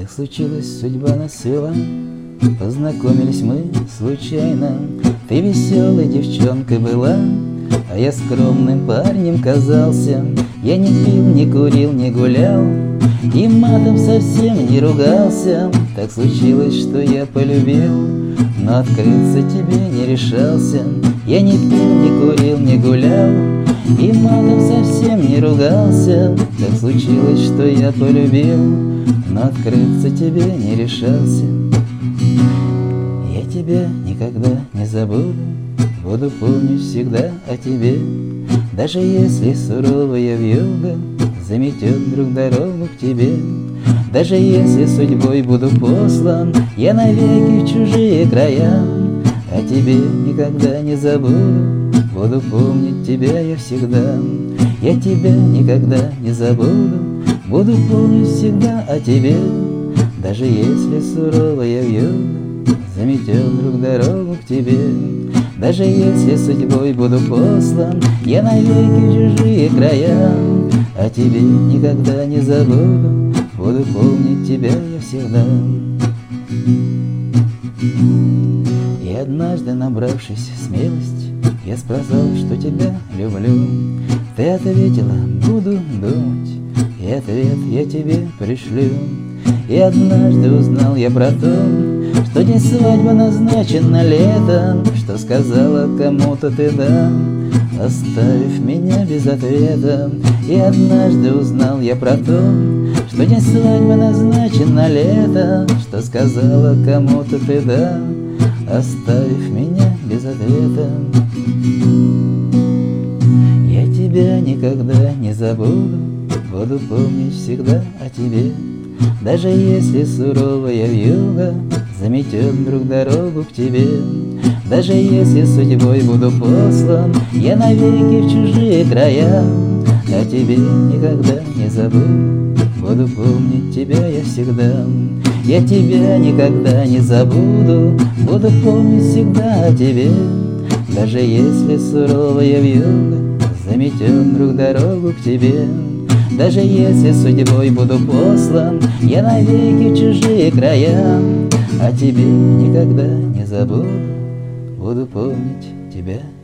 Так случилось, судьба нас свела, познакомились мы случайно. Ты веселой девчонкой была, а я скромным парнем казался. Я не пил, не курил, не гулял и матом совсем не ругался. Так случилось, что я полюбил, но открыться тебе не решался. Я не пил, не курил, не гулял и матом совсем не ругался. Так случилось, что я полюбил, но открыться тебе не решался. Я тебя никогда не забуду, буду помнить всегда о тебе. Даже если суровая вьюга заметет вдруг дорогу к тебе, даже если судьбой буду послан я навеки в чужие края, о тебе никогда не забуду, буду помнить тебя я всегда. Я тебя никогда не забуду, буду помнить всегда о тебе. Даже если суровая вьюга заметет вдруг дорогу к тебе, даже если судьбой буду послан я навеки в чужие края, о тебе никогда не забуду, буду помнить тебя я всегда. И однажды, набравшись смелости, я сказал, что тебя люблю. Ты ответила: буду думать, и ответ я тебе пришлю. И однажды узнал я про то, что день свадьбы назначен на лето, что сказала кому-то ты да, оставив меня без ответа. И однажды узнал я про то, что день свадьбы назначен на лето, что сказала кому-то ты да, оставив меня без ответа. Я тебя никогда не забуду, буду помнить всегда о тебе. Даже если суровая вьюга заметет вдруг дорогу к тебе, даже если судьбой буду послан я навеки в чужие края, о тебе никогда не забуду, буду помнить тебя я всегда. Я тебя никогда не забуду, буду помнить всегда о тебе. Даже если суровая вьюга заметет вдруг дорогу к тебе, даже если судьбой буду послан я навеки в чужие края, о тебе никогда не забуду, буду помнить тебя